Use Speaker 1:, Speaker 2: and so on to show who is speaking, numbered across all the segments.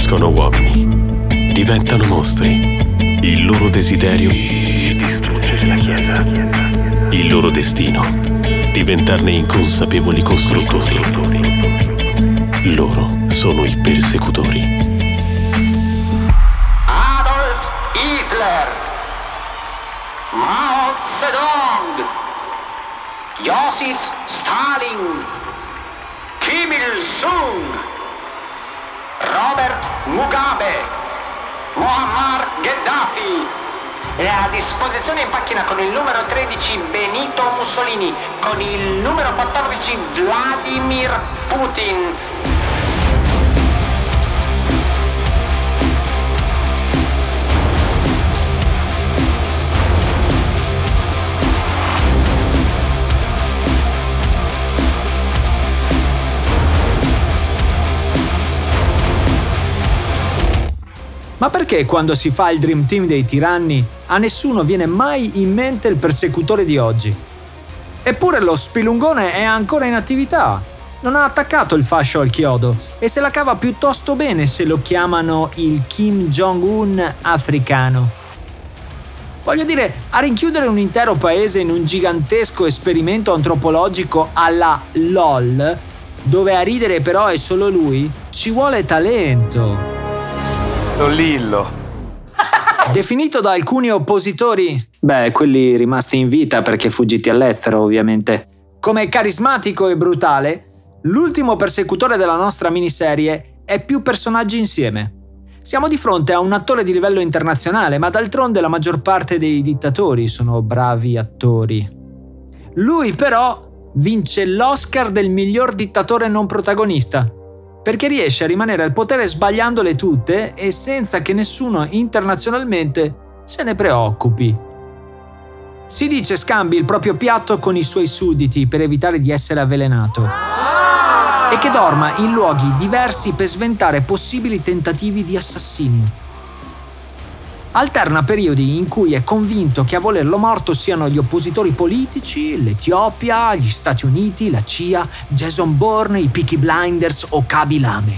Speaker 1: nascono uomini, diventano mostri. Il loro desiderio, distruggere la Chiesa. Il loro destino, diventarne inconsapevoli costruttori. Loro sono i persecutori.
Speaker 2: Adolf Hitler, Mao Zedong, Joseph Stalin, Kim Il-sung, Robert Mugabe, Muammar Gheddafi. È a disposizione in macchina con il numero 13 Benito Mussolini, con il numero 14 Vladimir Putin.
Speaker 3: Ma perché quando si fa il Dream Team dei tiranni a nessuno viene mai in mente il persecutore di oggi? Eppure lo spilungone è ancora in attività, non ha attaccato il fascio al chiodo e se la cava piuttosto bene se lo chiamano il Kim Jong-un africano. Voglio dire, a rinchiudere un intero paese in un gigantesco esperimento antropologico alla LOL, dove a ridere però è solo lui, ci vuole talento.
Speaker 4: Lillo.
Speaker 3: Definito da alcuni oppositori, quelli rimasti in vita perché fuggiti all'estero ovviamente, come carismatico e brutale, l'ultimo persecutore della nostra miniserie è più personaggi insieme. Siamo di fronte a un attore di livello internazionale, ma d'altronde la maggior parte dei dittatori sono bravi attori. Lui però vince l'Oscar del miglior dittatore non protagonista, perché riesce a rimanere al potere sbagliandole tutte e senza che nessuno internazionalmente se ne preoccupi. Si dice scambi il proprio piatto con i suoi sudditi per evitare di essere avvelenato e che dorma in luoghi diversi per sventare possibili tentativi di assassinio. Alterna periodi in cui è convinto che a volerlo morto siano gli oppositori politici, l'Etiopia, gli Stati Uniti, la CIA, Jason Bourne, i Peaky Blinders o Kaby Lame.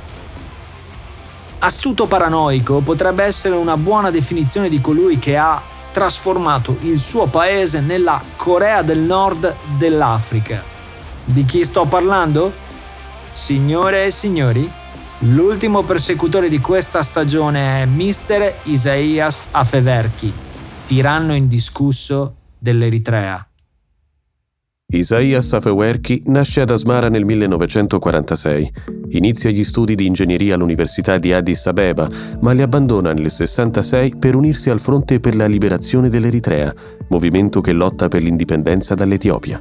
Speaker 3: Astuto paranoico potrebbe essere una buona definizione di colui che ha trasformato il suo paese nella Corea del Nord dell'Africa. Di chi sto parlando? Signore e signori, l'ultimo persecutore di questa stagione è Mr. Isaias Afewerki, tiranno indiscusso dell'Eritrea.
Speaker 1: Isaias Afewerki nasce ad Asmara nel 1946. Inizia gli studi di ingegneria all'Università di Addis Abeba, ma li abbandona nel 66 per unirsi al Fronte per la Liberazione dell'Eritrea, movimento che lotta per l'indipendenza dall'Etiopia.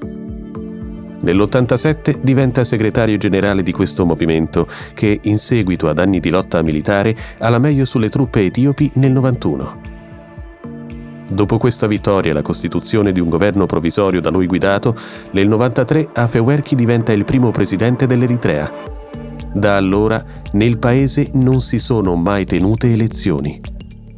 Speaker 1: Nell'87 diventa segretario generale di questo movimento che, in seguito ad anni di lotta militare, ha la meglio sulle truppe etiopi nel 91. Dopo questa vittoria e la costituzione di un governo provvisorio da lui guidato, nel 93 Afewerki diventa il primo presidente dell'Eritrea. Da allora nel paese non si sono mai tenute elezioni.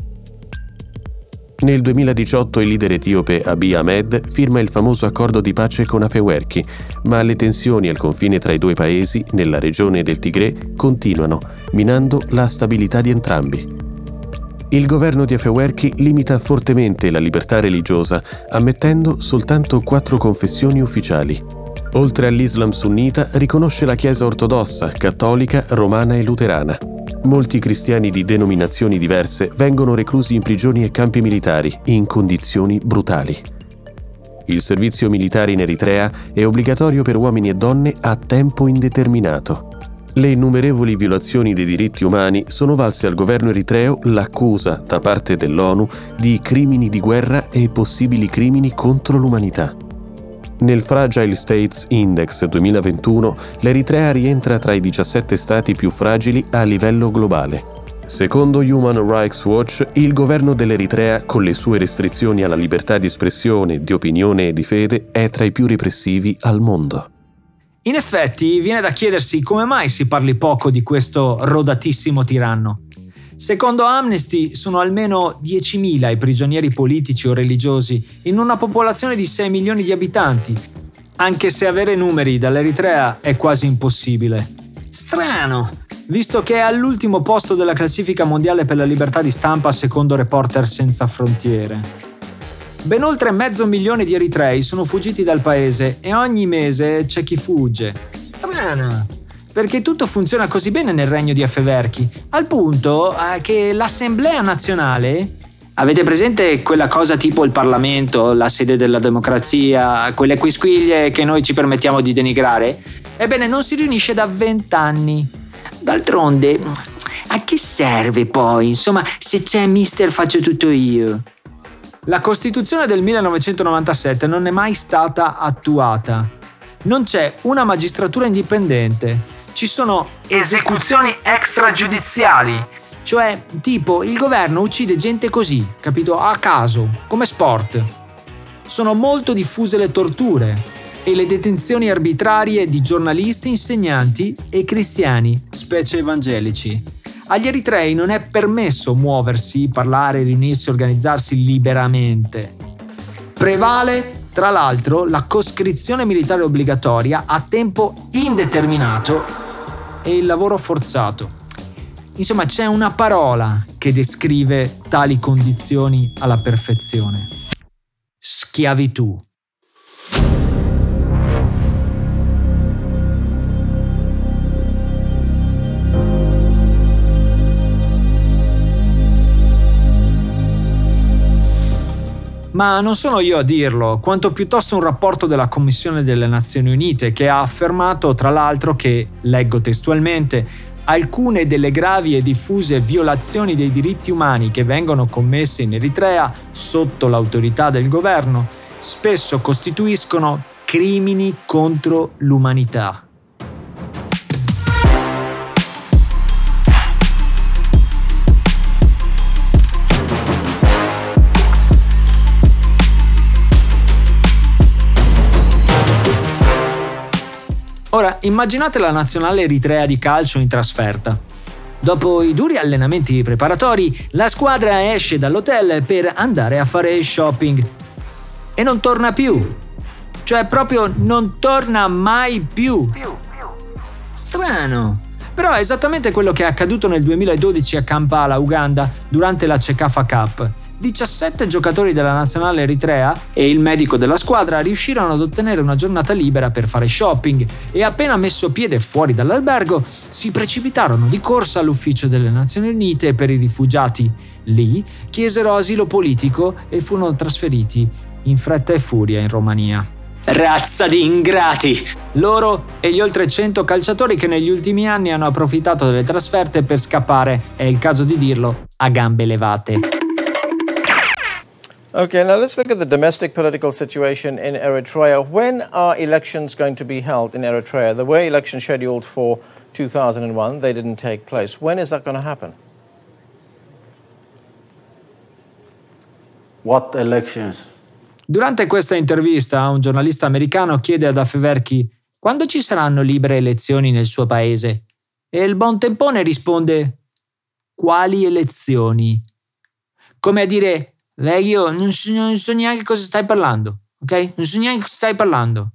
Speaker 1: Nel 2018 il leader etiope Abiy Ahmed firma il famoso accordo di pace con Afewerki, ma le tensioni al confine tra i due paesi, nella regione del Tigre, continuano, minando la stabilità di entrambi. Il governo di Afewerki limita fortemente la libertà religiosa, ammettendo soltanto 4 confessioni ufficiali. Oltre all'Islam sunnita, riconosce la Chiesa ortodossa, cattolica, romana e luterana. Molti cristiani di denominazioni diverse vengono reclusi in prigioni e campi militari in condizioni brutali. Il servizio militare in Eritrea è obbligatorio per uomini e donne a tempo indeterminato. Le innumerevoli violazioni dei diritti umani sono valse al governo eritreo l'accusa da parte dell'ONU di crimini di guerra e possibili crimini contro l'umanità. Nel Fragile States Index 2021, l'Eritrea rientra tra i 17 stati più fragili a livello globale. Secondo Human Rights Watch, il governo dell'Eritrea, con le sue restrizioni alla libertà di espressione, di opinione e di fede, è tra i più repressivi al mondo.
Speaker 3: In effetti, viene da chiedersi come mai si parli poco di questo rodatissimo tiranno. Secondo Amnesty sono almeno 10.000 i prigionieri politici o religiosi in una popolazione di 6 milioni di abitanti, anche se avere numeri dall'Eritrea è quasi impossibile. Strano! visto che è all'ultimo posto della classifica mondiale per la libertà di stampa secondo Reporter Senza Frontiere. Ben oltre 500.000 di eritrei sono fuggiti dal paese e ogni mese c'è chi fugge. Strana! Perché tutto funziona così bene nel regno di Afewerki, al punto che l'Assemblea nazionale... Avete presente quella cosa tipo il Parlamento, la sede della democrazia, quelle quisquiglie che noi ci permettiamo di denigrare? Ebbene, non si riunisce da 20 anni. D'altronde, a che serve poi? Insomma, se c'è mister faccio tutto io. La Costituzione del 1997 non è mai stata attuata. Non c'è una magistratura indipendente. Ci sono esecuzioni extragiudiziali. Cioè, tipo, il governo uccide gente così, capito? A caso, come sport. Sono molto diffuse le torture e le detenzioni arbitrarie di giornalisti, insegnanti e cristiani, specie evangelici. Agli eritrei non è permesso muoversi, parlare, riunirsi, organizzarsi liberamente. Prevale, tra l'altro, la coscrizione militare obbligatoria a tempo indeterminato e il lavoro forzato. Insomma, c'è una parola che descrive tali condizioni alla perfezione. Schiavitù. Ma non sono io a dirlo, quanto piuttosto un rapporto della Commissione delle Nazioni Unite che ha affermato, tra l'altro, che, leggo testualmente, alcune delle gravi e diffuse violazioni dei diritti umani che vengono commesse in Eritrea sotto l'autorità del governo spesso costituiscono crimini contro l'umanità. Ora, immaginate la nazionale eritrea di calcio in trasferta. Dopo i duri allenamenti preparatori, la squadra esce dall'hotel per andare a fare shopping. E non torna più. Cioè, proprio non torna mai più. Strano. Però è esattamente quello che è accaduto nel 2012 a Kampala, Uganda, durante la Cecafa Cup. 17 giocatori della nazionale eritrea e il medico della squadra riuscirono ad ottenere una giornata libera per fare shopping e appena messo piede fuori dall'albergo si precipitarono di corsa all'ufficio delle Nazioni Unite per i rifugiati. Lì chiesero asilo politico e furono trasferiti in fretta e furia in Romania. Razza di ingrati! Loro e gli oltre 100 calciatori che negli ultimi anni hanno approfittato delle trasferte per scappare, è il caso di dirlo, a gambe levate.
Speaker 5: Okay, now let's look at the domestic political situation in Eritrea. When are elections going to be held in Eritrea? There were elections scheduled for 2001. They didn't take place. When is that going to happen?
Speaker 6: What elections?
Speaker 3: Durante questa intervista, un giornalista americano chiede ad Afewerki quando ci saranno libere elezioni nel suo paese. E il buon tempone risponde: quali elezioni? Come a dire: io non so neanche cosa stai parlando, ok? Non so neanche cosa stai parlando.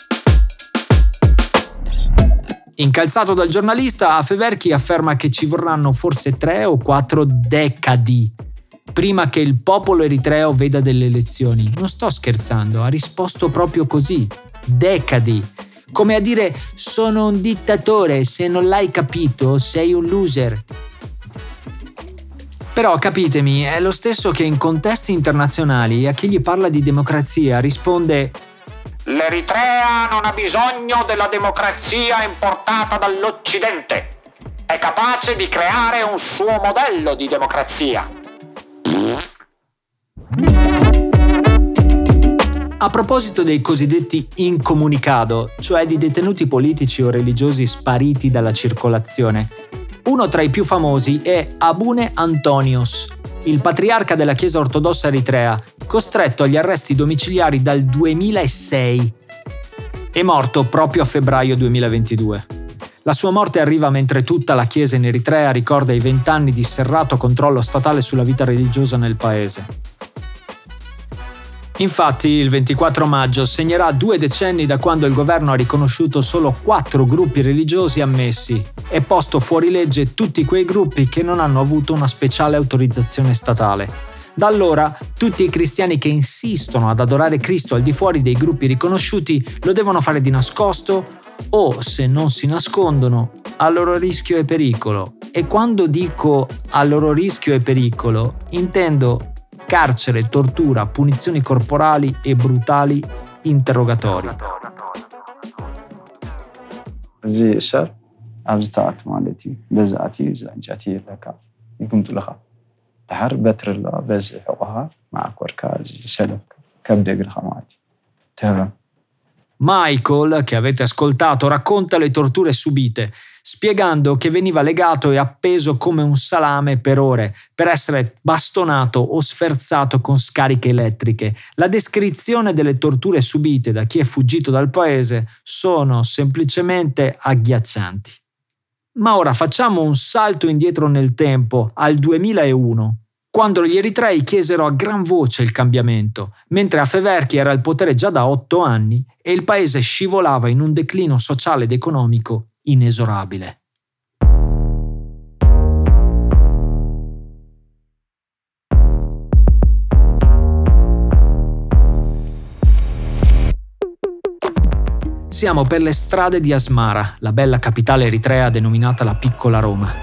Speaker 3: Incalzato dal giornalista, Afewerki afferma che ci vorranno forse 3 o 4 decadi prima che il popolo eritreo veda delle elezioni. Non sto scherzando, ha risposto proprio così. Decadi. Come a dire: sono un dittatore, se non l'hai capito sei un loser. Però capitemi, è lo stesso che in contesti internazionali a chi gli parla di democrazia risponde:
Speaker 2: l'Eritrea non ha bisogno della democrazia importata dall'Occidente. È capace di creare un suo modello di democrazia.
Speaker 3: A proposito dei cosiddetti incomunicado, cioè di detenuti politici o religiosi spariti dalla circolazione, uno tra i più famosi è Abune Antonios, il patriarca della Chiesa ortodossa eritrea, costretto agli arresti domiciliari dal 2006. È morto proprio a febbraio 2022. La sua morte arriva mentre tutta la Chiesa in Eritrea ricorda i 20 anni di serrato controllo statale sulla vita religiosa nel paese. Infatti, il 24 maggio segnerà 2 decenni da quando il governo ha riconosciuto solo 4 gruppi religiosi ammessi e posto fuori legge tutti quei gruppi che non hanno avuto una speciale autorizzazione statale. Da allora, tutti i cristiani che insistono ad adorare Cristo al di fuori dei gruppi riconosciuti lo devono fare di nascosto o, se non si nascondono, a loro rischio e pericolo. E quando dico a loro rischio e pericolo, intendo carcere, tortura, punizioni corporali e brutali interrogatori.
Speaker 6: زي الشر أبزتات مالتي بزاتي زنجاتي لك يقوم لها الحر بتر الله بز حقها مع كوركاز سلك كبدق الخمات تمام.
Speaker 3: Michael, che avete ascoltato, racconta le torture subite, spiegando che veniva legato e appeso come un salame per ore, per essere bastonato o sferzato con scariche elettriche. La descrizione delle torture subite da chi è fuggito dal paese sono semplicemente agghiaccianti. Ma ora facciamo un salto indietro nel tempo, al 2001. Quando gli eritrei chiesero a gran voce il cambiamento, mentre Afewerki era al potere già da 8 anni e il paese scivolava in un declino sociale ed economico inesorabile. Siamo per le strade di Asmara, la bella capitale eritrea denominata la Piccola Roma.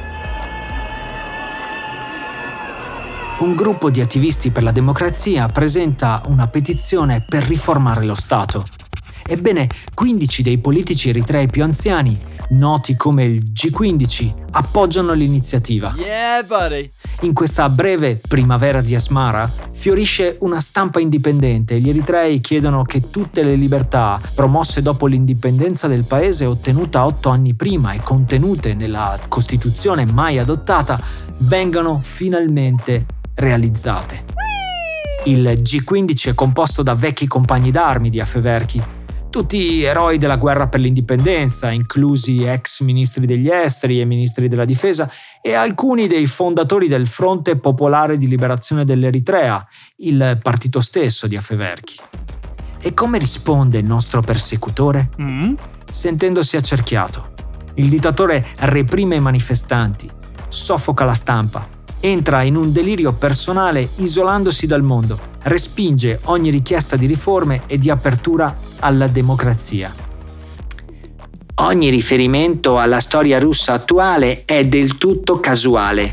Speaker 3: Un gruppo di attivisti per la democrazia presenta una petizione per riformare lo Stato. Ebbene, 15 dei politici eritrei più anziani, noti come il G15, appoggiano l'iniziativa.
Speaker 7: Yeah, buddy!
Speaker 3: In questa breve primavera di Asmara fiorisce una stampa indipendente e gli eritrei chiedono che tutte le libertà promosse dopo l'indipendenza del paese ottenuta 8 anni prima e contenute nella Costituzione mai adottata vengano finalmente realizzate. Il G15 è composto da vecchi compagni d'armi di Afewerki, tutti eroi della guerra per l'indipendenza, inclusi ex ministri degli esteri e ministri della difesa e alcuni dei fondatori del Fronte Popolare di Liberazione dell'Eritrea, il partito stesso di Afewerki. E come risponde il nostro persecutore? Sentendosi accerchiato. Il dittatore reprime i manifestanti, soffoca la stampa, entra in un delirio personale isolandosi dal mondo, respinge ogni richiesta di riforme e di apertura alla democrazia. Ogni riferimento alla storia russa attuale è del tutto casuale.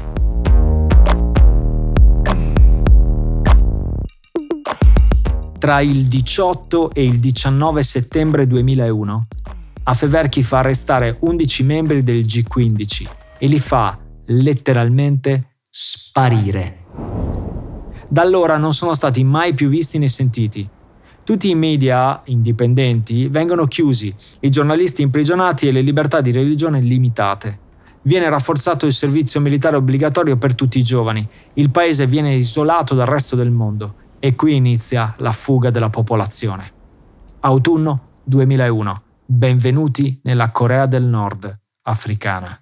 Speaker 3: Tra il 18 e il 19 settembre 2001, Afewerki fa arrestare 11 membri del G15 e li fa letteralmente sparire. Da allora non sono stati mai più visti né sentiti. Tutti i media indipendenti vengono chiusi, i giornalisti imprigionati e le libertà di religione limitate. Viene rafforzato il servizio militare obbligatorio per tutti i giovani, il paese viene isolato dal resto del mondo e qui inizia la fuga della popolazione. Autunno 2001. Benvenuti nella Corea del Nord africana.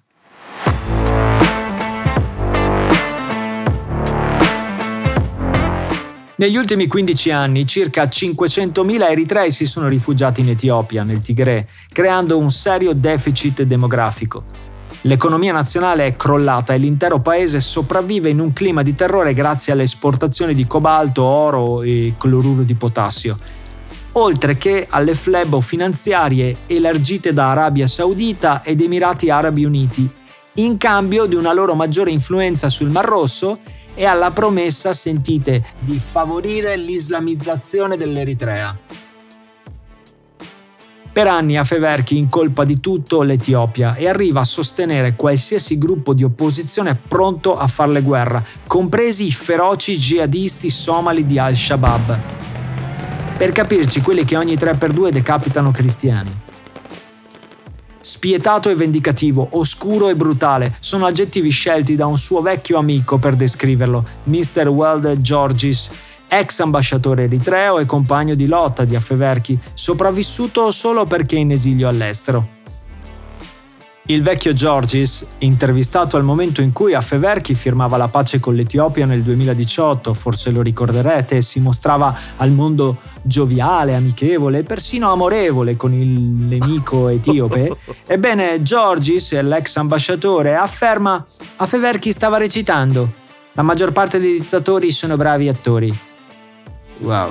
Speaker 3: Negli ultimi 15 anni circa 500.000 eritrei si sono rifugiati in Etiopia, nel Tigre, creando un serio deficit demografico. L'economia nazionale è crollata e l'intero paese sopravvive in un clima di terrore grazie alle esportazioni di cobalto, oro e cloruro di potassio, oltre che alle flebo finanziarie elargite da Arabia Saudita ed Emirati Arabi Uniti, in cambio di una loro maggiore influenza sul Mar Rosso e alla promessa, sentite, di favorire l'islamizzazione dell'Eritrea. Per anni Afewerki incolpa di tutto l'Etiopia e arriva a sostenere qualsiasi gruppo di opposizione pronto a farle guerra, compresi i feroci jihadisti somali di Al-Shabaab. Per capirci, quelli che ogni 3x2 decapitano cristiani. Spietato e vendicativo, oscuro e brutale sono aggettivi scelti da un suo vecchio amico per descriverlo, Mr. Welde Georgis, ex ambasciatore eritreo e compagno di lotta di Afewerki, sopravvissuto solo perché in esilio all'estero. Il vecchio Georgis, intervistato al momento in cui Afewerki firmava la pace con l'Etiopia nel 2018, forse lo ricorderete, si mostrava al mondo gioviale, amichevole e persino amorevole con il nemico etiope. Ebbene, Georgis, l'ex ambasciatore, afferma: Afewerki stava recitando. La maggior parte dei dittatori sono bravi attori. Wow.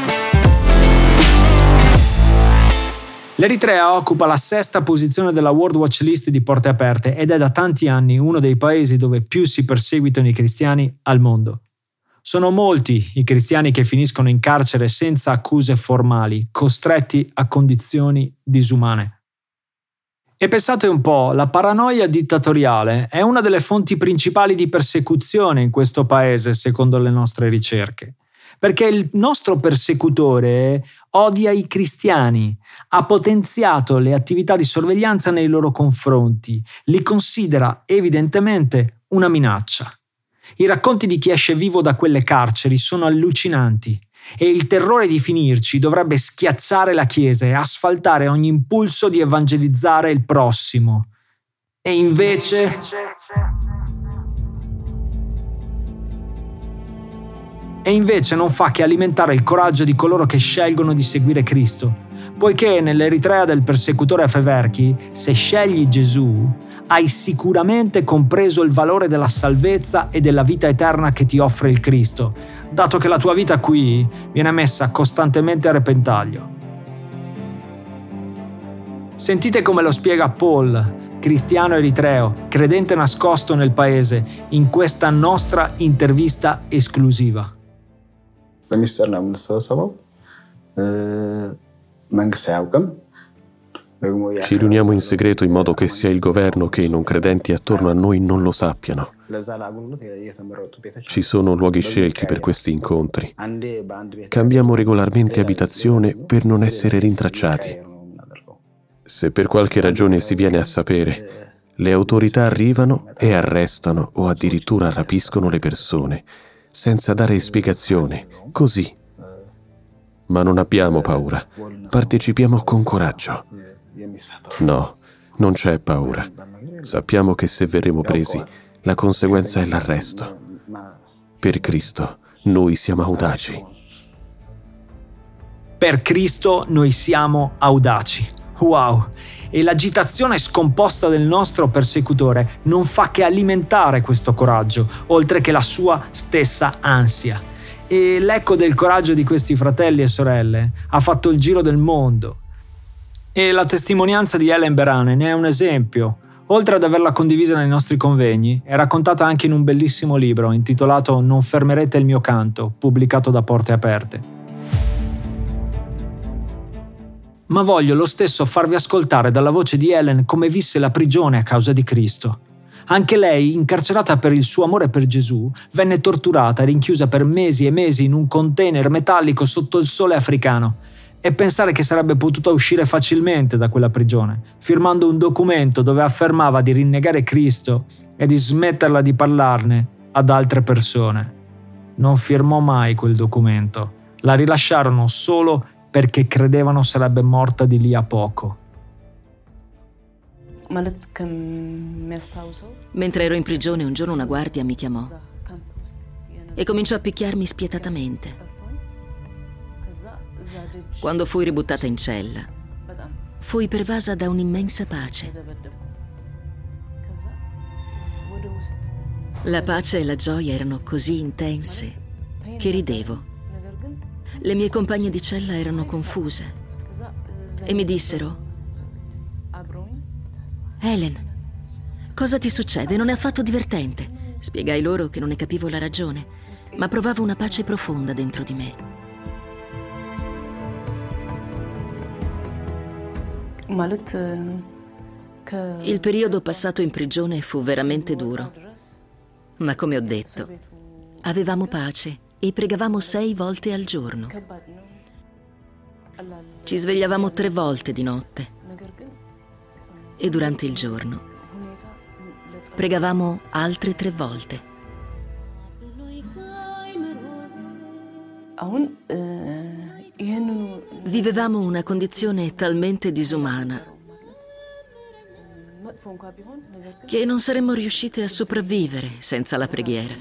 Speaker 3: L'Eritrea occupa la 6ª posizione della World Watch List di Porte Aperte ed è da tanti anni uno dei paesi dove più si perseguitano i cristiani al mondo. Sono molti i cristiani che finiscono in carcere senza accuse formali, costretti a condizioni disumane. E pensate un po', la paranoia dittatoriale è una delle fonti principali di persecuzione in questo paese, secondo le nostre ricerche. Perché il nostro persecutore odia i cristiani, ha potenziato le attività di sorveglianza nei loro confronti, li considera evidentemente una minaccia. I racconti di chi esce vivo da quelle carceri sono allucinanti e il terrore di finirci dovrebbe schiacciare la Chiesa e asfaltare ogni impulso di evangelizzare il prossimo. E invece non fa che alimentare il coraggio di coloro che scelgono di seguire Cristo, poiché nell'Eritrea del persecutore Afewerki, se scegli Gesù, hai sicuramente compreso il valore della salvezza e della vita eterna che ti offre il Cristo, dato che la tua vita qui viene messa costantemente a repentaglio. Sentite come lo spiega Paul, cristiano eritreo, credente nascosto nel paese, in questa nostra intervista esclusiva.
Speaker 6: በሚስጥር ነው የምንሰበሰበው መንግስት አያውቅም
Speaker 1: Ci riuniamo in segreto in modo che sia il governo che i non credenti attorno a noi non lo sappiano. Ci sono luoghi scelti per questi incontri. Cambiamo regolarmente abitazione per non essere rintracciati. Se per qualche ragione si viene a sapere, le autorità arrivano e arrestano o addirittura rapiscono le persone, senza dare spiegazione, così. Ma non abbiamo paura, partecipiamo con coraggio. No, non c'è paura. Sappiamo che se verremo presi, la conseguenza è l'arresto. Per Cristo, noi siamo audaci.
Speaker 3: Per Cristo noi siamo audaci. Wow! E l'agitazione scomposta del nostro persecutore non fa che alimentare questo coraggio, oltre che la sua stessa ansia. E l'eco del coraggio di questi fratelli e sorelle ha fatto il giro del mondo. E la testimonianza di Helen Berhane ne è un esempio. Oltre ad averla condivisa nei nostri convegni, è raccontata anche in un bellissimo libro intitolato Non fermerete il mio canto, pubblicato da Porte Aperte. Ma voglio lo stesso farvi ascoltare dalla voce di Helen come visse la prigione a causa di Cristo. Anche lei, incarcerata per il suo amore per Gesù, venne torturata e rinchiusa per mesi e mesi in un container metallico sotto il sole africano. E pensare che sarebbe potuta uscire facilmente da quella prigione, firmando un documento dove affermava di rinnegare Cristo e di smetterla di parlarne ad altre persone. Non firmò mai quel documento. La rilasciarono solo perché credevano sarebbe morta di lì a poco.
Speaker 7: Mentre ero in prigione, un giorno una guardia mi chiamò e cominciò a picchiarmi spietatamente. Quando fui ributtata in cella, fui pervasa da un'immensa pace. La pace e la gioia erano così intense che ridevo. Le mie compagne di cella erano confuse e mi dissero: Helen, cosa ti succede? Non è affatto divertente. Spiegai loro che non ne capivo la ragione, ma provavo una pace profonda dentro di me. Il periodo passato in prigione fu veramente duro, ma come ho detto, avevamo pace e pregavamo 6 volte al giorno. Ci svegliavamo 3 volte di notte e durante il giorno pregavamo altre 3 volte. Vivevamo una condizione talmente disumana che non saremmo riuscite a sopravvivere senza la preghiera.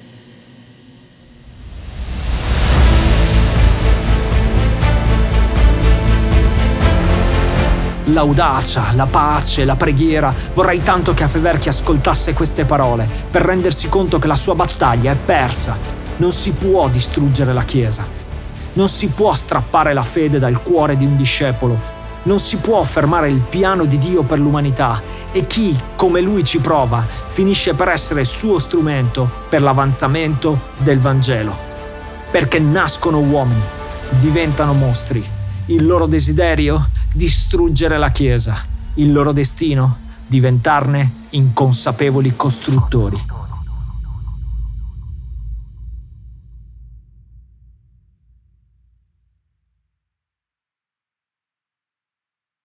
Speaker 3: L'audacia, la pace, la preghiera. Vorrei tanto che Afewerki ascoltasse queste parole per rendersi conto che la sua battaglia è persa. Non si può distruggere la Chiesa. Non si può strappare la fede dal cuore di un discepolo. Non si può fermare il piano di Dio per l'umanità. E chi, come lui, ci prova, finisce per essere suo strumento per l'avanzamento del Vangelo. Perché nascono uomini, diventano mostri. Il loro desiderio? Distruggere la Chiesa. Il loro destino? Diventarne inconsapevoli costruttori.